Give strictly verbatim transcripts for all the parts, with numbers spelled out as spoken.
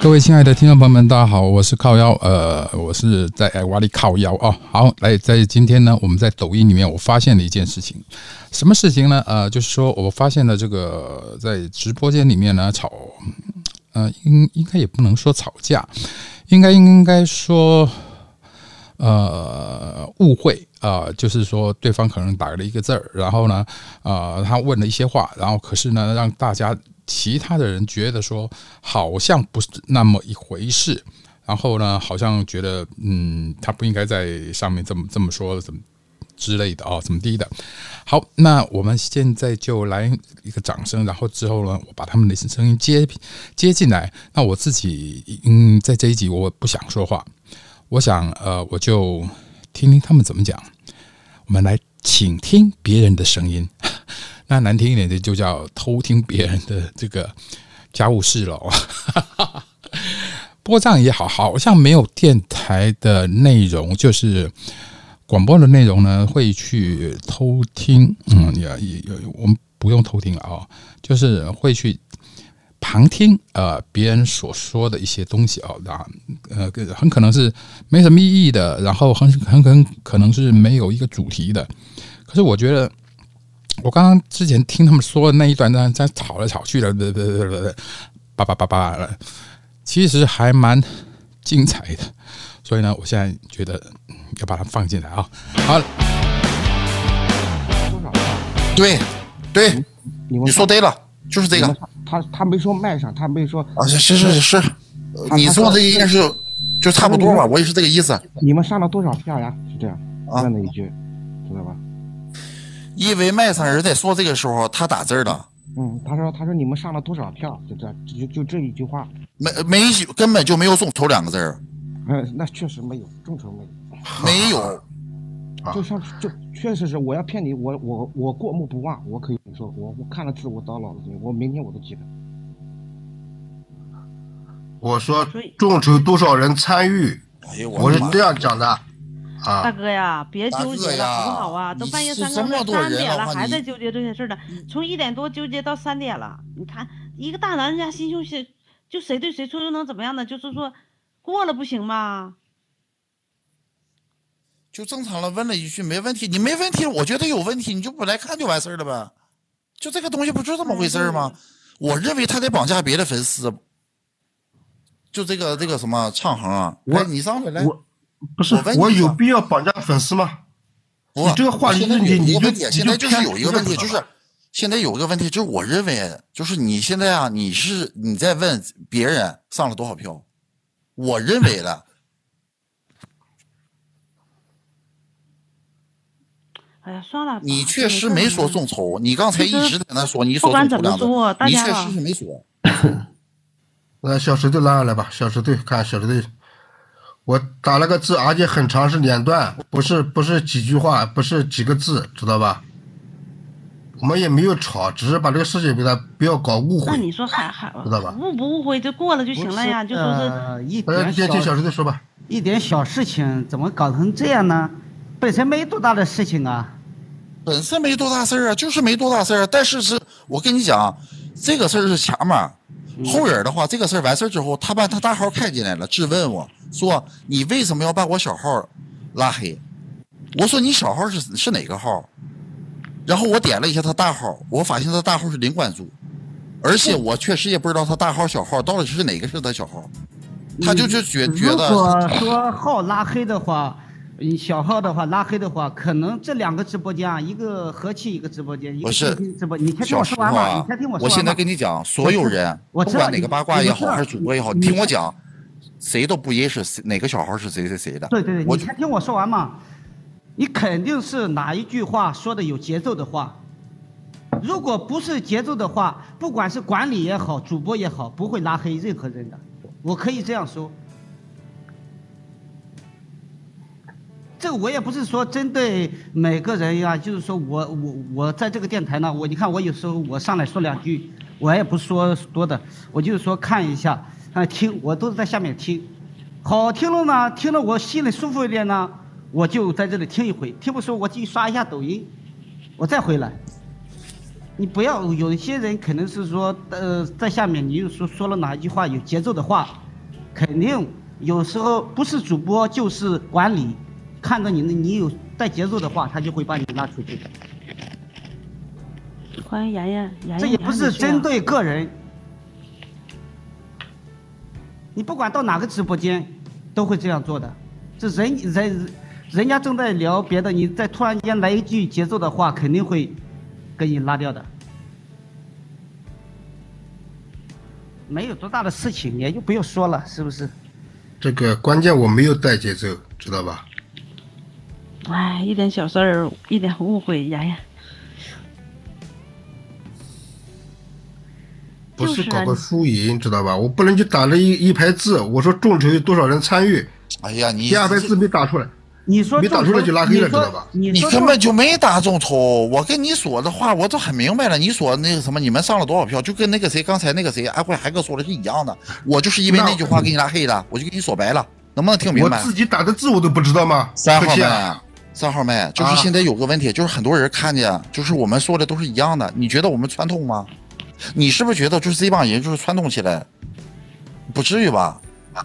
各位亲爱的听众朋友们，大家好，我是靠腰，呃，我是在瓦里靠腰哦。好，来，在今天呢，我们在抖音里面我发现了一件事情，什么事情呢？呃，就是说我发现了这个在直播间里面呢吵，呃，应应该也不能说吵架，应该应该说，呃，误会啊、呃，就是说对方可能打了一个字儿，然后呢，呃，他问了一些话，然后可是呢，让大家。其他的人觉得说好像不是那么一回事，然后呢，好像觉得嗯，他不应该在上面这么这么说，怎么之类的啊、哦，怎么地的。好，那我们现在就来一个掌声，然后之后呢，我把他们的声音接接进来。那我自己嗯，在这一集我不想说话，我想呃，我就听听他们怎么讲。我们来倾听别人的声音。那难听一点的就叫偷听别人的这个家务事了。不过这样也好，好像没有电台的内容，就是广播的内容呢，会去偷听。嗯，也也我们不用偷听了啊，就是会去旁听呃别人所说的一些东西啊，呃很可能是没什么意义的，然后很很很可能是没有一个主题的。可是我觉得。我刚刚之前听他们说的那一段，在吵来吵去的，叭叭叭叭的，其实还蛮精彩的。所以呢，我现在觉得要把它放进来啊。好， 对对，你说对了，就是这个。 他他没说麦上，他没说啊，是是是，你说的应该是就差不多吧，我也是这个意思。 你们上了多少票呀？是这样，问了一句，知道吧？ 因为麦上人在说这个时候，他打字了。 嗯，他说他说你们上了多少票？就这就就这一句话， 没没根本就没有众筹两个字儿。 嗯，那确实没有众筹没有， 没有。 就像就确实是我要骗你，我我我过目不忘，我可以说我我看了字我到脑子里，我明天我都记得。 我说众筹多少人参与， 哎、 我是这样讲的。啊、 大哥呀，别纠结了，好不好啊？都半夜三更的三点了，还在纠结这些事呢。从一点多纠结到三点了，你看一个大男人家心胸是，就谁对谁错又能怎么样呢？就是说过了不行吗？ 就正常了，问了一句没问题，你没问题，我觉得有问题，你就不来看就完事儿了呗。就这个东西不就这么回事吗？我认为他得绑架别的粉丝，就这个这个什么唱行啊，来你上来来。 不是 我, 我有必要绑架粉丝吗？ 不， 你这个话题你你有个问题，现在就是有一个问题，就是现在有一个问题，就是我认为，就是你现在啊，你是你在问别人上了多少票，我认为的。 哎呀，算了， 你确实没说众筹，你刚才一直在那说，你说众筹两个，你确实是没说。 那小石队拉上来吧，小石队看小石队。我打了个字，而且很长，是两段，不是不是几句话，不是几个字，知道吧？我们也没有吵，只是把这个事情给他不要搞误会。 那你说还还知道吧？ 误不误会就过了就行了呀，就说是、 呃、一点小小石队说吧， 一点小事情怎么搞成这样呢？本身没多大的事情啊， 本身没多大事啊，就是没多大事儿。但是是我跟你讲，这个事儿是前面。后人的话，这个事儿完事儿之后，他把他大号开进来了，质问我说：“你为什么要把我小号拉黑？”我说：“你小号是是哪个号？”然后我点了一下他大号，我发现他大号是零关注，而且我确实也不知道他大号小号到底是哪个是他小号，他就就觉觉得。 如果说号拉黑的话，小号的话拉黑的话，可能这两个直播间啊，一个和气一个直播间，一个直播，你先听我说完嘛，你先听我说完。 我现在跟你讲，所有人不管哪个八卦也好，还是主播也好，你听我讲，谁都不认识哪个小号是谁谁谁的。 对对对，你先听我说完嘛。你肯定是哪一句话说的有节奏的话，如果不是节奏的话，不管是管理也好，主播也好，不会拉黑任何人的，我可以这样说。这个我也不是说针对每个人呀，就是说我我我在这个电台呢，我你看我有时候我上来说两句，我也不说多的，我就是说看一下，啊听，我都是在下面听，好听了呢，听了我心里舒服一点呢，我就在这里听一回，听不说我继续刷一下抖音，我再回来。你不要有一些人可能是说，呃，在下面你又说说了哪一句话有节奏的话， 肯定有时候不是主播就是管理，看到你你有带节奏的话，他就会把你拉出去。 欢迎妍妍，妍妍， 这也不是针对个人，你不管到哪个直播间，都会这样做的。这人人人家正在聊别的，你再突然间来一句节奏的话，肯定会给你拉掉的。没有多大的事情，也就不用说了，是不是？ 这个关键我没有带节奏，知道吧？ 哎，一点小事儿，一点误会，妍妍。 不是搞个输赢，知道吧？我不能就打了一一排字，我说众筹有多少人参与， 哎呀，你第二排字没打出来， 你说没打出来就拉黑了，知道吧？ 你你根本就没打众筹，我跟你说的话我都很明白了。你说那个什么，你们上了多少票，就跟那个谁刚才那个谁安徽海哥说的是一样的。我就是因为那句话给你拉黑了，我就跟你说白了，能不能听明白？ 我自己打的字我都不知道吗？ 三号妹，三号妹，就是现在有个问题， 啊、 就是很多人看见，就是我们说的都是一样的。你觉得我们传统吗？你是不是觉得就是这帮人就是传统起来？不至于吧？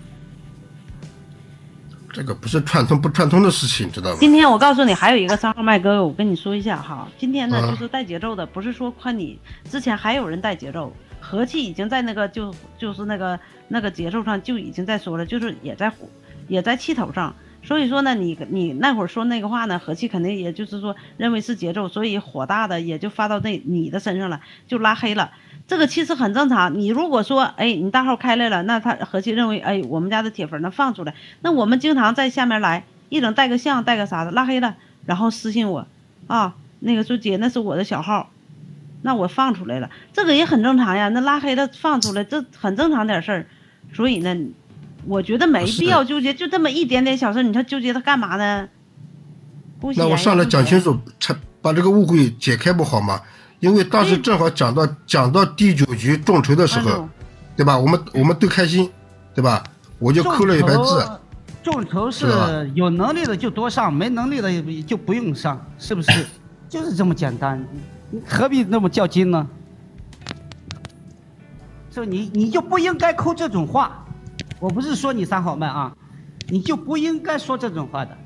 这个不是串通不串通的事情，知道吧？ 今天我告诉你，还有一个三号麦哥，我跟你说一下哈。今天呢， 啊、 就是带节奏的，不是说看你之前还有人带节奏，和气已经在那个就就是那个那个节奏上就已经在说了，就是也在也在气头上。所以说呢，你你那会儿说那个话呢，和气肯定也就是说认为是节奏，所以火大的也就发到那你的身上了，就拉黑了。这个其实很正常。你如果说，哎，你大号开来了，那他和气认为，哎，我们家的铁粉呢放出来，那我们经常在下面来，一整带个像带个啥的，拉黑了，然后私信我，啊，那个说姐那是我的小号，那我放出来了，这个也很正常呀。那拉黑了放出来，这很正常点事儿。所以呢，我觉得没必要纠结，就这么一点点小事，你说纠结它干嘛呢？ 那我上来讲清楚，把这个误会解开不好吗？因为当时正好讲到讲到第九局众筹的时候，对吧？我们我们都开心，对吧？我就扣了一排字。 众筹是有能力的就多上，没能力的就不用上，是不是？就是这么简单，何必那么较劲呢？就你你就不应该扣这种话，我不是说你三好麦啊，你就不应该说这种话的。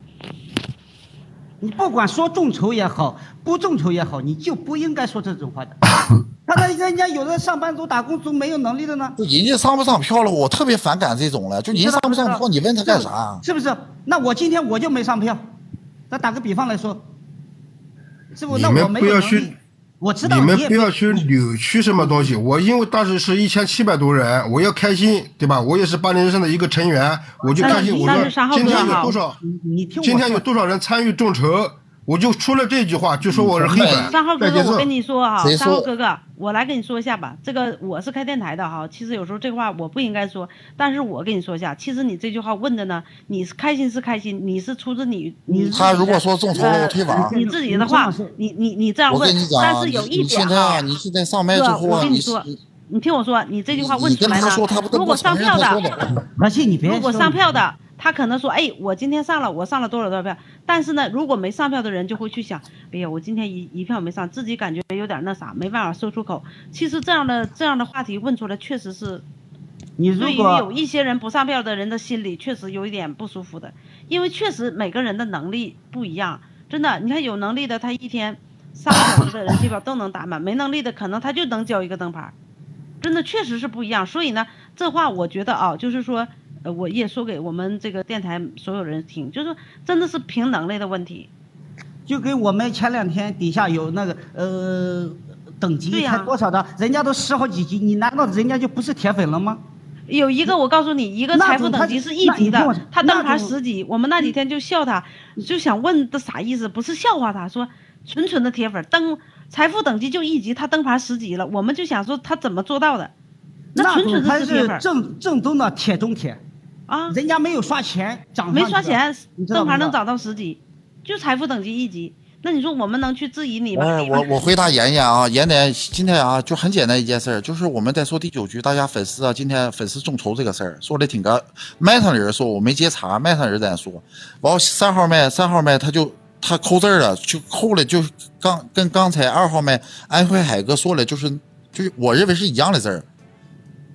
你不管说众筹也好，不众筹也好，你就不应该说这种话的。他那人家有的上班族、打工族没有能力的呢。 就人家上不上票了，我特别反感这种了。就人上不上票，你问他干啥？ 是不是？那我今天我就没上票。那打个比方来说，是不？那我没有能力。我知道你们不要去扭曲什么东西。我因为当时是一千七百多人，我要开心，对吧？我也是八零人生的一个成员，我就开心。我说今天有多少？今天有多少人参与众筹？我就出了这句话，就说我是黑粉。 三号哥哥，我跟你说哈，三号哥哥，我来跟你说一下吧。这个我是开电台的哈，其实有时候这话我不应该说，但是我跟你说一下，其实你这句话问的呢，你是开心是开心，你是出自你你他如果说众筹了，我退网。 你自己的话，你你你这样问，但是有一点啊，你现在上麦之后， 我跟你说，你听我说，你这句话问出来呢，如果上票的， 而且你别如果上票的。他可能说，哎，我今天上了，我上了多少多少票，但是呢，如果没上票的人就会去想，哎呀，我今天一一票没上，自己感觉有点那啥，没办法说出口。其实这样的这样的话题问出来，确实是， 你如果对于有一些人不上票的人的心里确实有一点不舒服的，因为确实每个人的能力不一样，真的，你看有能力的他一天三个小时的人气票都能打满，没能力的可能他就能交一个灯牌，真的确实是不一样。所以呢，这话我觉得啊，就是说。呃，我也说给我们这个电台所有人听，就是真的是凭能力的问题。 就跟我们前两天底下有那个呃等级才多少的，人家都十好几级，你难道人家就不是铁粉了吗？ 有一个我告诉你，一个财富等级是一级的，他灯牌十级，我们那几天就笑他，就想问这啥意思？不是笑话他，说纯纯的铁粉，灯财富等级就一级，他灯牌十级了，我们就想说他怎么做到的？那纯纯的是铁粉， 正正宗的铁中铁。 啊， 人家没有刷钱，涨没刷钱，灯牌能涨到十级，就财富等级一级。那你说我们能去质疑你吗？ 哎，我我回答妍妍啊，妍妍今天啊就很简单一件事，就是我们在说第九局，大家粉丝啊，今天粉丝众筹这个事儿说的挺干，麦上的人说我没接茬，麦上人在说，完后三号麦三号麦他就他扣字了，就扣了，就刚跟刚才二号麦安徽海哥说了，就是就是我认为是一样的字儿。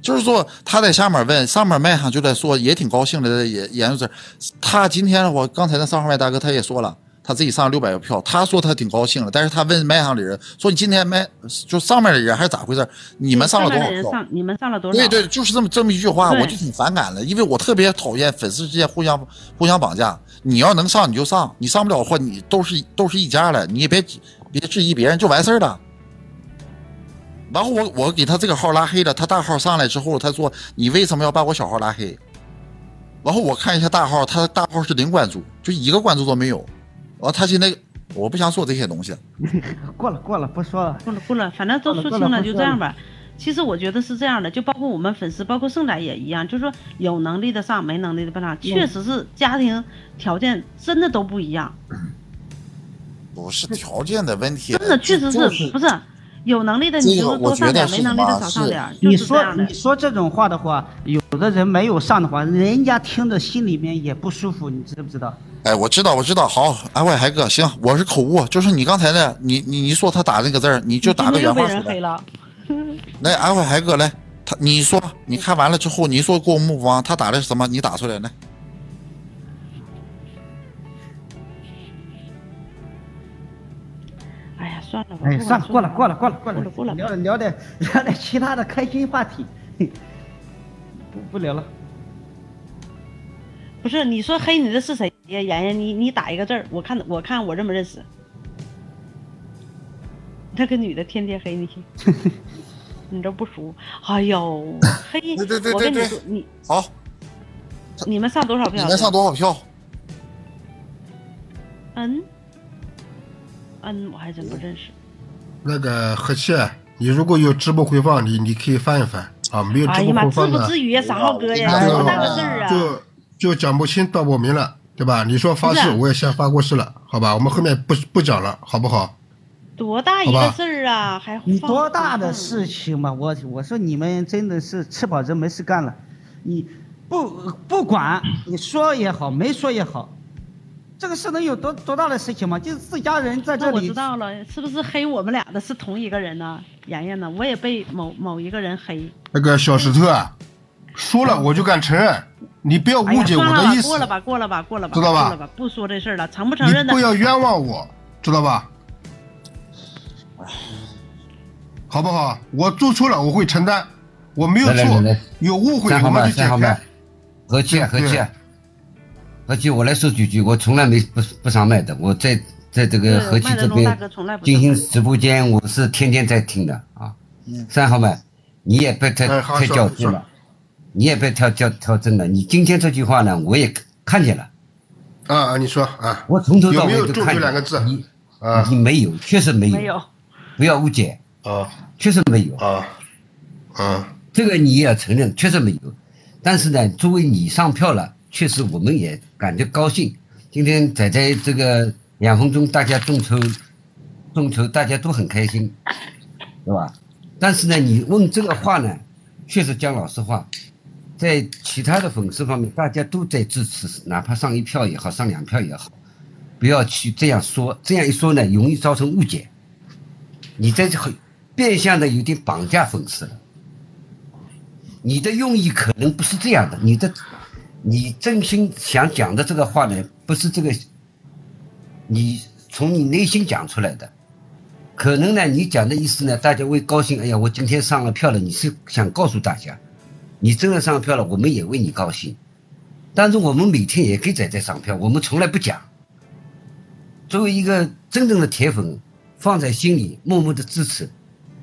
就是说他在下面问，上面麦上就在说，也挺高兴的，在研研究这。他今天我刚才那上号麦大哥他也说了，他自己上六百个票，他说他挺高兴的，但是他问麦上的人说，你今天麦就上面的人还是咋回事？你们上了多少票？ 上你们上了多少？ 对对，就是这么这么一句话，我就挺反感的，因为我特别讨厌粉丝之间互相互相绑架。你要能上你就上，你上不了的话，你都是都是一家的，你也别别质疑别人就完事儿了。然后我我给他这个号拉黑了，他大号上来之后，他说你为什么要把我小号拉黑？然后我看一下大号，他大号是零关注，就一个关注都没有。然后他现在我不想说这些东西。 过了过了，不说了， 过了过了，反正都说清了，就这样吧。其实我觉得是这样的，就包括我们粉丝，包括盛仔也一样，就是说有能力的上，没能力的不上，确实是家庭条件真的都不一样。 不是条件的问题， 真的确实是、就是、不是有能力的你就是多上点，没能力的少上点。 你说你说这种话的话，有的人没有上的话，人家听着心里面也不舒服，你知不知道？ 哎，我知道，我知道。好，安慰海哥，行，我是口误，就是你刚才的，你你你说他打那个字儿，你就打个原话出来。来，安慰海哥，来，他你说，你看完了之后，你说过目不忘，他打的是什么？你打出来，来。 哎呀，算了吧。 哎，算了，过了，过了，过了，过了，过了， 聊点聊点聊点其他的开心话题，不不聊了。 不是，你说黑你的是谁呀？妍妍，你你打一个字儿，我看我看我认不认识。那个女的天天黑你，你这不熟。哎呦，黑！ 对对对我跟你对说，你好， 你们上多少票？ 你们上多少票？ 嗯嗯，我还真不认识。 那个和气，你如果有直播回放，你你可以翻一翻啊，没有直播回放的。 哎呀妈，至不至于呀，三号哥呀，多大个事儿啊！ 就就讲不清道不明了，对吧？你说发誓，我也先发过誓了，好吧？我们后面不不讲了，好不好？ 多大一个事儿啊，还你多大的事情嘛？我我说你们真的是吃饱人没事干了，你不不管你说也好，没说也好，这个事能有多多大的事情吗？就是自家人在这里。 我知道了，是不是黑我们俩的是同一个人呢？妍妍呢？我也被某某一个人黑。 那个小石头啊，说了我就敢承认，你不要误解我的意思。 过了吧，过了吧，过了吧， 知道吧？ 过了吧，不说这事儿了，承不承认的？ 你不要冤枉我，知道吧？好不好？我做错了，我会承担。我没有错，有误会我们就解开。 和气，和气，和气。我来说几句，我从来没不不上麦的。我在在这个和气这边进行直播间，我是天天在听的啊。三号麦，你也别太太较真了，你也别挑较挑真了。你今天这句话呢，我也看见了。 啊啊，你说啊， 我从头到尾都看见。有没有两个字？ 你啊，你没有，确实没有。 没有， 不要误解。 啊， 确实没有啊，啊， 这个你也要承认，确实没有。但是呢，作为你上票了，确实我们也感觉高兴。今天仔仔这个两分钟，大家众筹，众筹大家都很开心，对吧？但是呢，你问这个话呢，确实讲老实话，在其他的粉丝方面，大家都在支持，哪怕上一票也好，上两票也好，不要去这样说，这样一说呢，容易造成误解。你在这变相的有点绑架粉丝了，你的用意可能不是这样的，你的你真心想讲的这个话呢，不是这个，你从你内心讲出来的，可能呢，你讲的意思呢，大家会高兴，哎呀，我今天上了票了，你是想告诉大家，你真的上票了，我们也为你高兴，但是我们每天也给仔仔上票，我们从来不讲，作为一个真正的铁粉，放在心里，默默的支持。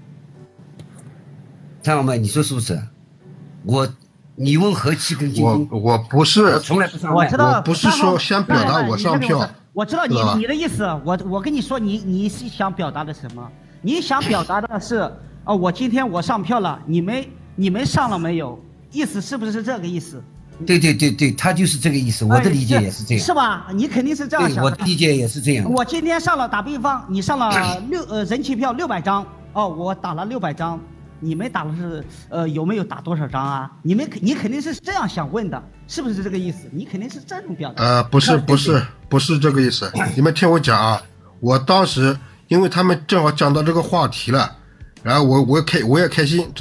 张小麦，你说是不是？我，你问和气跟晶晶， 我我不是， 我从来不上麦， 我知道， 我不是说先表达我上票。 我知道你你的意思，我我跟你说，你你是想表达的什么？你想表达的是，哦，我今天我上票了，你们你们上了没有？意思是不是这个意思？ 对对对对，他就是这个意思，我的理解也是这样， 是吧？你肯定是这样想的。 我的理解也是这样。 我今天上了，打比方，你上了六呃人气票六百张，哦，我打了六百张，你们打的是呃有没有打多少张啊？你们你肯定是这样想问的，是不是这个意思？你肯定是这种表达。 呃，不是不是不是这个意思，你们听我讲啊，我当时因为他们正好讲到这个话题了，然后我我开我也开心，知道吧？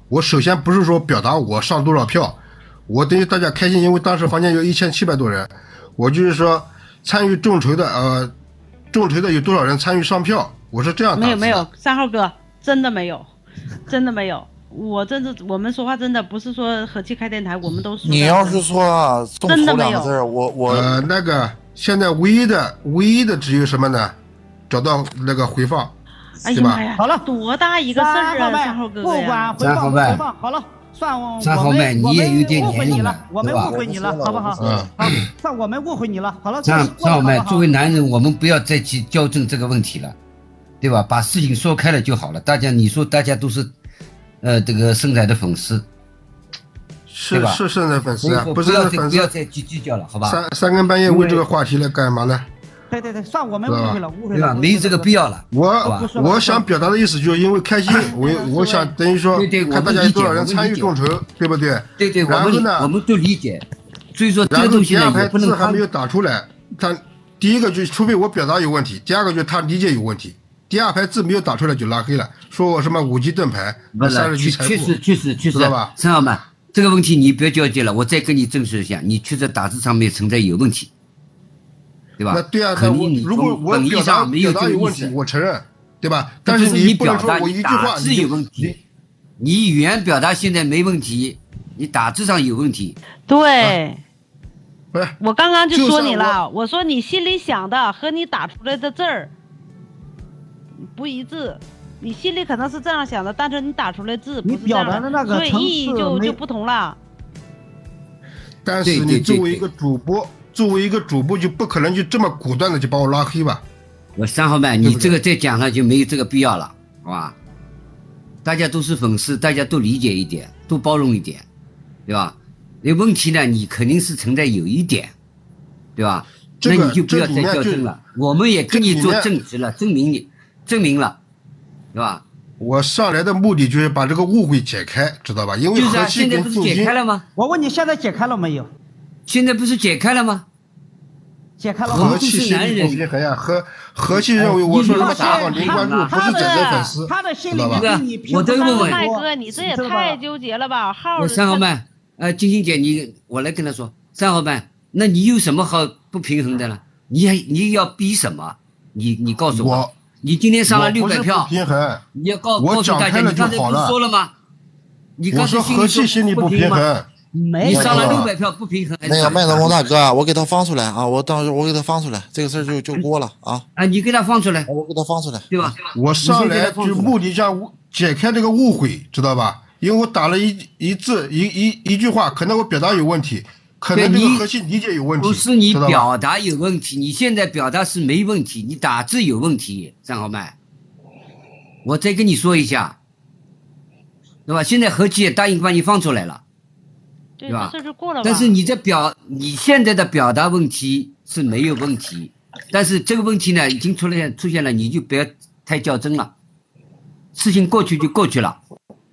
我首先不是说表达我上多少票，我等于大家开心，因为当时房间有一千七百多人，我就是说参与众筹的呃，众筹的有多少人参与上票，我是这样打字的。 没有没有，三号哥真的没有，真的没有。我真的，我们说话真的不是说和气开电台，我们都说。 你要是说众筹两个字儿，我我呃那个现在唯一的唯一的只有什么呢？找到那个回放， 哎呀妈呀！好了，多大一个事儿啊，三号哥哥呀！ 不管回放不回放，好了，算我三号麦你也有点年龄了， 我们误会你了，好不好？嗯，好，算我们误会你了，好了。 三三号麦，作为男人，我们不要再去矫正这个问题了，对吧？把事情说开了就好了。大家，你说大家都是。呃，这个盛仔的粉丝， 是是盛仔粉丝啊，不是粉丝， 不要再去计较了，好吧？ 三三更半夜为这个话题来干嘛呢？ 对对对，算我们误会了，误会了， 没这个必要了。 我我想表达的意思就是因为开心，我我想等于说看大家有多少人参与众筹，对不对？ 对对， 然后呢， 我们都理解。所以说这个东西呢， 也不能还没有打出来，他第一个就除非我表达有问题，第二个就是他理解有问题。第二排字没有打出来就拉黑了，说我什么五级盾牌，三十级财富， 确实确实确实， 知道吧？ 陈老板，这个问题你不要纠结了，我再跟你证实一下，你确实打字上面存在有问题，对吧？ 那对啊，那我如果我表达表达有问题，我承认，对吧？但是你不能说我一句话打字有问题，你语言表达现在没问题，你打字上有问题。 对， 不是， 我刚刚就说你了，我说你心里想的和你打出来的字儿不一致，你心里可能是这样想的，但是你打出来字不是这样的，所以意义就就不同了。 但是你作为一个主播，作为一个主播就不可能就这么果断的就把我拉黑吧？ 我三号麦，你这个再讲了就没有这个必要了，好吧？大家都是粉丝，大家都理解一点，都包容一点，对吧？那问题呢，你肯定是存在有一点，对吧？ 这个、 那你就不要再较真了，我们也跟你做证实了，证明你。证明了，对吧？ 我上来的目的就是把这个误会解开，知道吧？因为和气跟现在不是解开了吗？ 我问你，现在解开了没有？ 现在不是解开了吗？ 解开了。 和气心理不平衡呀，和和气认为我说什么打好零关注不是仔仔粉丝， 他的心里跟你我这个问问麦哥，你这也太纠结了吧？号我三号麦，呃，金星姐，你我来跟他说，三号麦，那你有什么好不平衡的呢？你你要逼什么？你你告诉我。你今天上了六百票， 平衡， 你要告告诉大家，你刚才不是说了吗？你刚才和气心里不平衡， 你上了六百票不平衡。 那个麦德龙大哥，我给他放出来啊！我当时我给他放出来，这个事儿就就过了啊！ 啊，你给他放出来， 我给他放出来， 对吧？ 我上来就目的想解开这个误会，知道吧？因为我打了一一字一一一句话，可能我表达有问题。可能这个核心理解有问题， 不是你表达有问题，你现在表达是没问题，你打字有问题，三号麦。我再跟你说一下，对吧？现在和气也答应把你放出来了， 对吧？这事过了吧？ 但是你的表，你现在的表达问题是没有问题，但是这个问题呢已经出现出现了，你就不要太较真了，事情过去就过去了，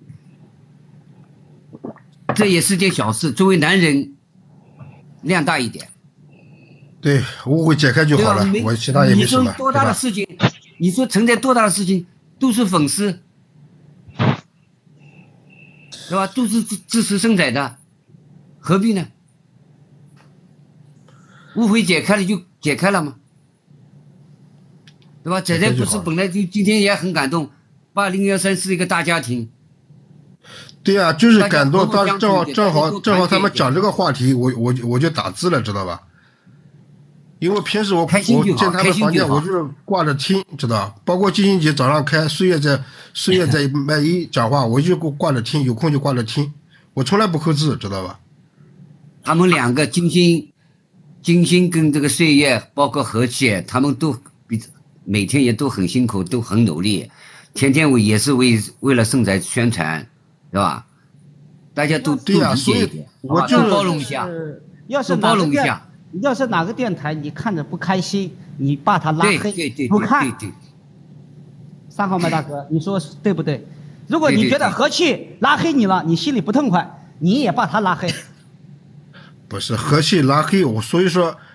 这也是件小事。作为男人。量大一点， 对，误会解开就好了。我其他也没什么。 你说多大的事情？你说存在多大的事情？都是粉丝，对吧？都是支支持盛仔的，何必呢？误会解开了就解开了嘛，对吧？仔仔不是本来就今天也很感动，八零幺三是一个大家庭。 对啊，就是感动，当正好正好正好他们讲这个话题，我我我就打字了，知道吧？因为平时我我进他们房间，我就是挂着听，知道？包括金星姐早上开，岁月在岁月在麦一讲话，我就挂着听，有空就挂着听，我从来不扣字，知道吧？ 他们两个金星，金星跟这个岁月，包括和气，他们都比每天也都很辛苦，都很努力，天天为也是为为了盛仔宣传。是吧？大家都对呀，所以我就包容一下。 要是包容一下， 要是哪个电台你看着不开心，你把他拉黑， 对对对， 不看。 对对。 三号麦大哥，你说对不对？如果你觉得和气拉黑你了，你心里不痛快，你也把他拉黑。 不是和气拉黑我，所以说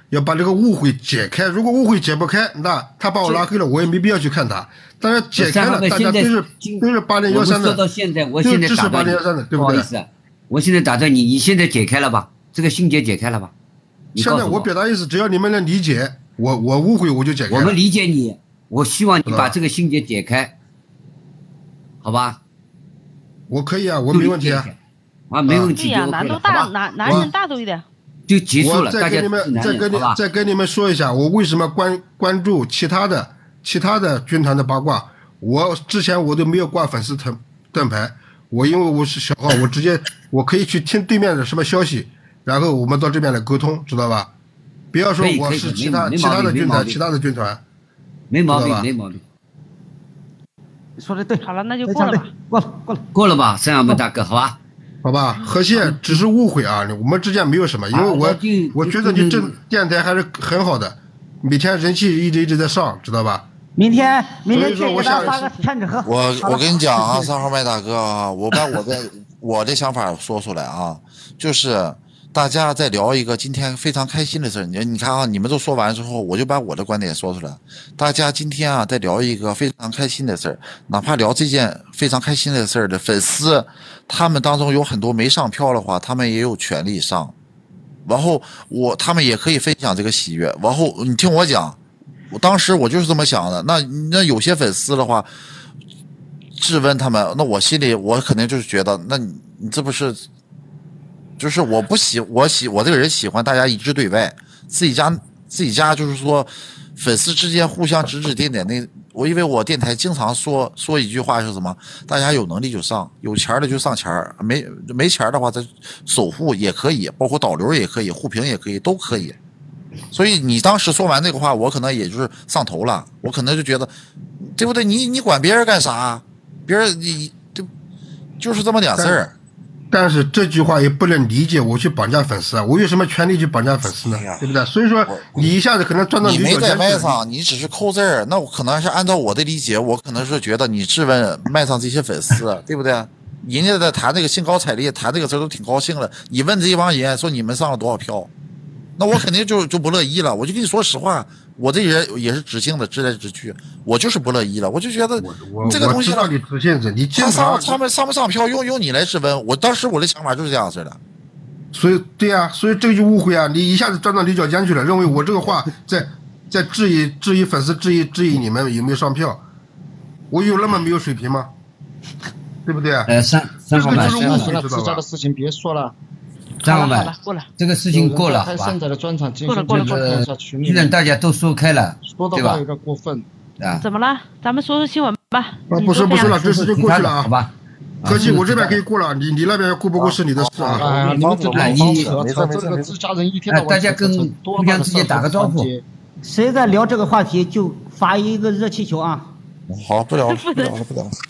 要把这个误会解开。如果误会解不开，那他把我拉黑了，我也没必要去看他。但是解开了，大家都是都是八零幺三的， 说到现在，我现在打断你， 不好意思，我现在打断你，你现在解开了吧？这个心结解开了吧？ 现在我表达意思，只要你们能理解，我我误会我就解开了。 我们理解你，我希望你把这个心结解开，好吧？ 我可以啊，我没问题啊。 啊，没问题。 对呀，难度大，男男人大度一点。 就结束了， 再跟你们再跟你再跟你们说一下，我为什么关关注其他的其他的军团的八卦。我之前我都没有挂粉丝盾盾牌，我因为我是小号，我直接我可以去听对面的什么消息，然后我们到这边来沟通，知道吧？不要说我是其他其他的军团，其他的军团， 没毛病，没毛病。 说的对， 好了，那就过了吧， 过了过了过了吧，三阳门大哥，好吧？ 好吧，河蟹只是误会啊，我们之间没有什么，因为我我觉得你这电台还是很好的，每天人气一直一直在上，知道吧？ 明天明天去给他发个千纸鹤。 我我跟你讲啊，三号麦大哥啊，我把我的我的想法说出来啊，就是大家在聊一个今天非常开心的事儿。你你看啊，你们都说完之后，我就把我的观点说出来。大家今天啊在聊一个非常开心的事儿，哪怕聊这件非常开心的事儿的粉丝，他们当中有很多没上票的话，他们也有权利上。然后我他们也可以分享这个喜悦。然后你听我讲。我当时我就是这么想的，那那有些粉丝的话质问他们，那我心里我肯定就是觉得，那你你这不是，就是我不喜我喜我这个人喜欢大家一致对外，自己家自己家就是说粉丝之间互相指指点点。那我因为我电台经常说说一句话是什么，大家有能力就上，有钱的就上钱，没没钱的话咱守护也可以，包括导流也可以，互评也可以，都可以。所以你当时说完这个话，我可能也就是上头了，我可能就觉得，对不对？你你管别人干啥？别人你就就是这么点事儿。 但是这句话也不能理解我去绑架粉丝啊！我有什么权利去绑架粉丝呢？对不对？所以说你一下子可能赚到你没在麦上，你只是扣字儿，那我可能是按照我的理解，我可能是觉得你质问麦上这些粉丝，对不对？人家在谈这个兴高采烈，谈这个事儿都挺高兴了，你问这一帮人说你们上了多少票？那我肯定就就不乐意了，我就跟你说实话，我这人也是直性的，直来直去，我就是不乐意了，我就觉得这个东西， 你直性子，你他上他们上不上票用用你来质问，我当时我的想法就是这样式的。 所以对啊，所以这个就误会啊，你一下子钻到牛角尖去了，认为我这个话在在质疑质疑粉丝，质疑质疑你们有没有上票，我有那么没有水平吗？对不对？ 呃，三三号麦， 这个就是误会， 自家的事情别说了。 三号麦， 过了， 这个事情过了， 开现在的专场进行过了过了， 既然大家都说开了， 说的话有点过分啊。 怎么了？咱们说说新闻吧。 啊，不是不是了，这事就过去了啊。 好吧。 可惜我这边可以过了，你你那边过不过是你的事啊。 你们这个你这个自家人一天到晚大家跟互相之间打个招呼。 谁在聊这个话题就发一个热气球啊！ 好，不聊了，不聊了，不聊了。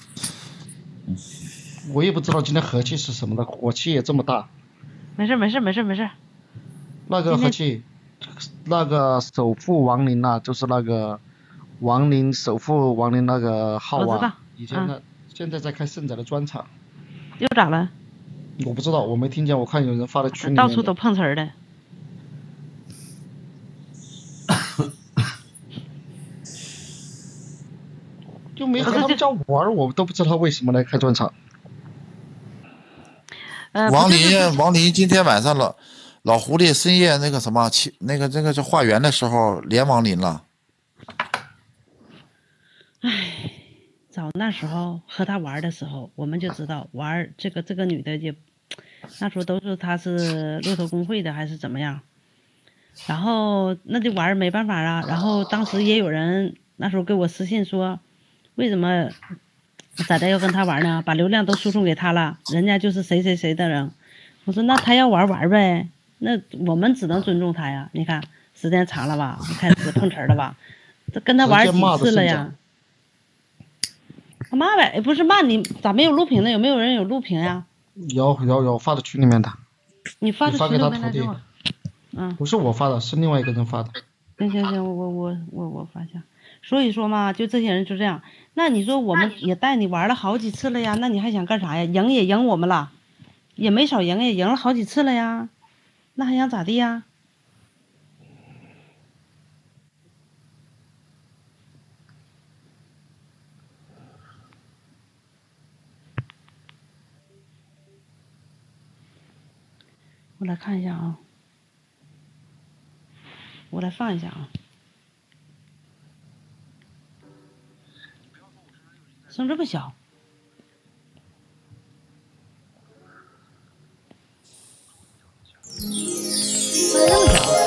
我也不知道今天和气是什么的，火气也这么大。 没事没事没事没事。 那个和气，那个首富王林呐、啊，就是那个王林首富王林那个号啊，以前的、嗯、现在在开盛仔的专场。 又咋了？ 我不知道，我没听见，我看有人发的群里面。 到处都碰瓷儿的。 就没和他们家玩，我都不知道他为什么来开专场。 呃、 王林，王林今天晚上老老狐狸深夜那个什么，那个那个叫化缘的时候连王林了。 唉，早那时候和他玩的时候，我们就知道玩这个这个女的也，那时候都是她是骆驼工会的还是怎么样，然后那就玩没办法啊。然后当时也有人那时候给我私信说，为什么？咋的要跟他玩呢？把流量都输送给他了，人家就是谁谁谁的人。我说那他要玩玩呗，那我们只能尊重他呀。你看时间长了吧，开始碰瓷了吧，这跟他玩几次了呀？骂呗，不是骂你，咋没有录屏呢？有没有人有录屏呀？ 有有有，发到群里面的。 你发的群里面的。嗯， 不是我发的，是另外一个人发的。 行行行，我我我我发下。所以说嘛，就这些人就这样。那你说我们也带你玩了好几次了呀，那你还想干啥呀？赢也赢我们了，也没少赢，也赢了好几次了呀，那还想咋地呀？ 我来看一下啊，我来放一下啊。声这么小。声这么小。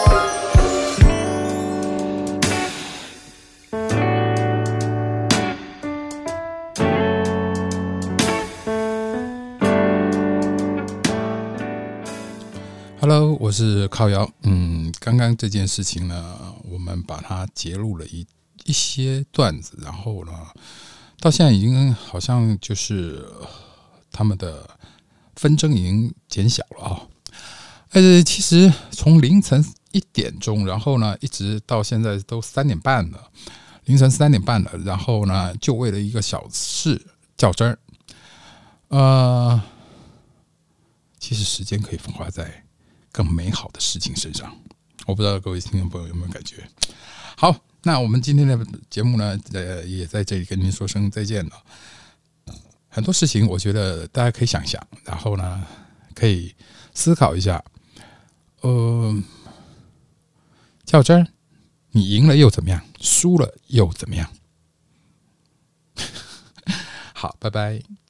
Hello， 我是靠瑶。嗯，刚刚这件事情呢，我们把它截录了一一些段子，然后呢，到现在已经好像就是他们的纷争已经减小了啊。呃，其实从凌晨一点钟，然后呢，一直到现在都三点半了，凌晨三点半了，然后呢，就为了一个小事较真儿。呃，其实时间可以花在更美好的事情身上，我不知道各位听众朋友有没有感觉？好，那我们今天的节目呢，呃，也在这里跟您说声再见了。很多事情，我觉得大家可以想想，然后呢，可以思考一下。呃，较真，你赢了又怎么样？输了又怎么样？好，拜拜。